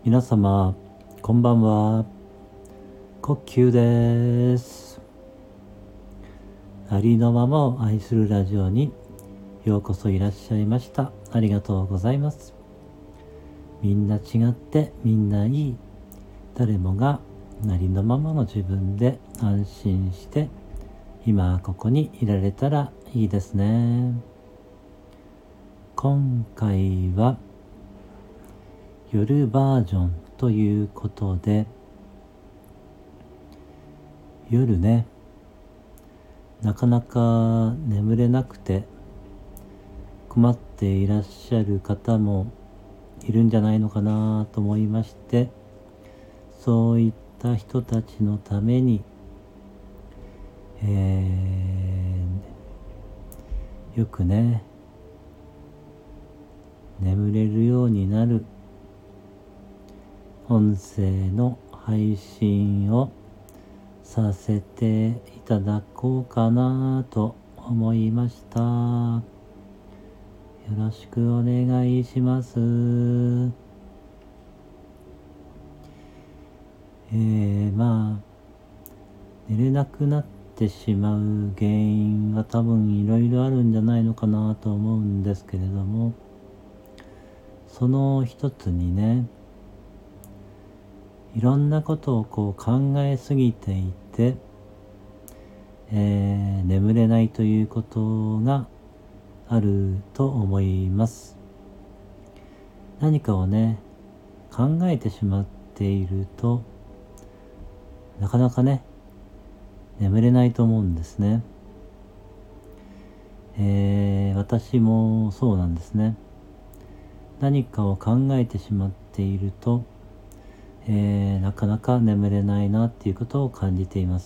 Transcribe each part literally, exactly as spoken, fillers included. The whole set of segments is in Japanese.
皆様こんばんは。呼吸です。ありのままを愛するラジオにようこそいらっしゃいました。ありがとうございます。みんな違ってみんないい。誰もがありのままの自分で安心して今ここにいられたらいいですね。今回は夜バージョンということで、夜ね、なかなか眠れなくて困っていらっしゃる方もいるんじゃないのかなと思いまして、そういった人たちのために、えー、よくね眠れるようになる音声の配信をさせていただこうかなと思いました。よろしくお願いします。えー、まあ寝れなくなってしまう原因は多分いろいろあるんじゃないのかなと思うんですけれども、その一つにね、いろんなことをこう考えすぎていて、えー、眠れないということがあると思います。何かをね考えてしまっているとなかなかね眠れないと思うんですね。えー、私もそうなんですね。何かを考えてしまっていると、えー、なかなか眠れないなっていうことを感じています。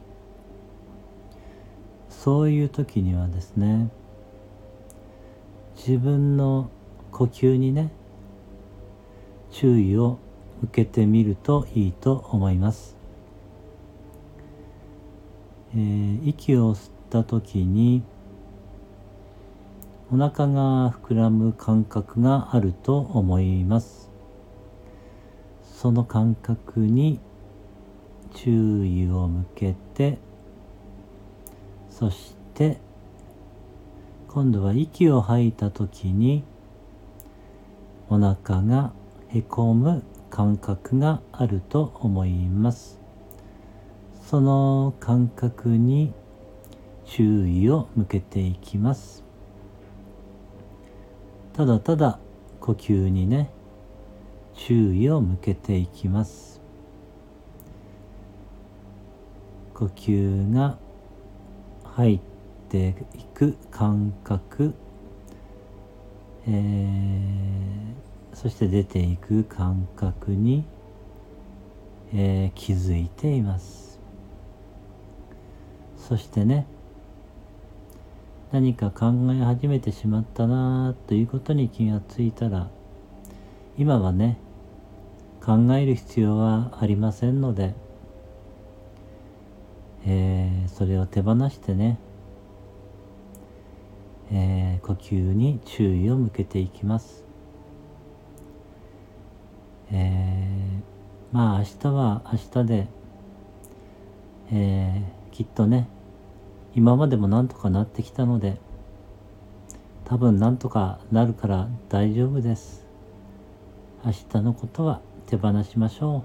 そういう時にはですね、自分の呼吸にね注意を向けてみるといいと思います。えー、息を吸った時にお腹が膨らむ感覚があると思います。その感覚に注意を向けて、そして今度は息を吐いた時にお腹がへこむ感覚があると思います。その感覚に注意を向けていきます。ただただ呼吸にね注意を向けていきます。呼吸が入っていく感覚、えー、そして出ていく感覚に、えー、気づいています。そしてね、何か考え始めてしまったなということに気がついたら、今はね考える必要はありませんので、えー、それを手放してね、えー、呼吸に注意を向けていきます。えー、まあ明日は明日で、えー、きっとね今までもなんとかなってきたので、多分なんとかなるから大丈夫です。明日のことは手放しましょ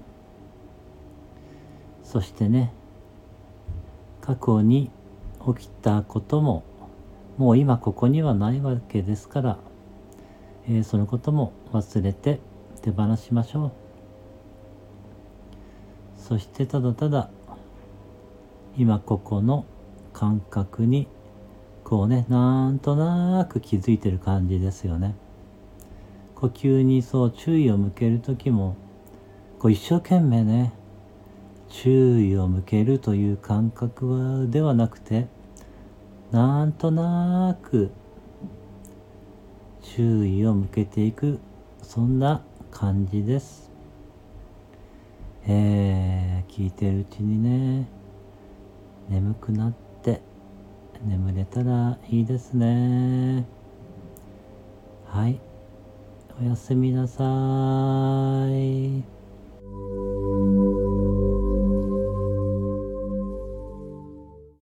う。そしてね、過去に起きたことももう今ここにはないわけですから、えー、そのことも忘れて手放しましょう。そしてただただ今ここの感覚にこうねなんとなく気づいてる感じですよね。呼吸にそう注意を向けるときもこう一生懸命ね注意を向けるという感覚はではなくて、なんとなく注意を向けていく、そんな感じです。えー、聞いてるうちにね眠くなって眠れたらいいですね。はい、おやすみなさい。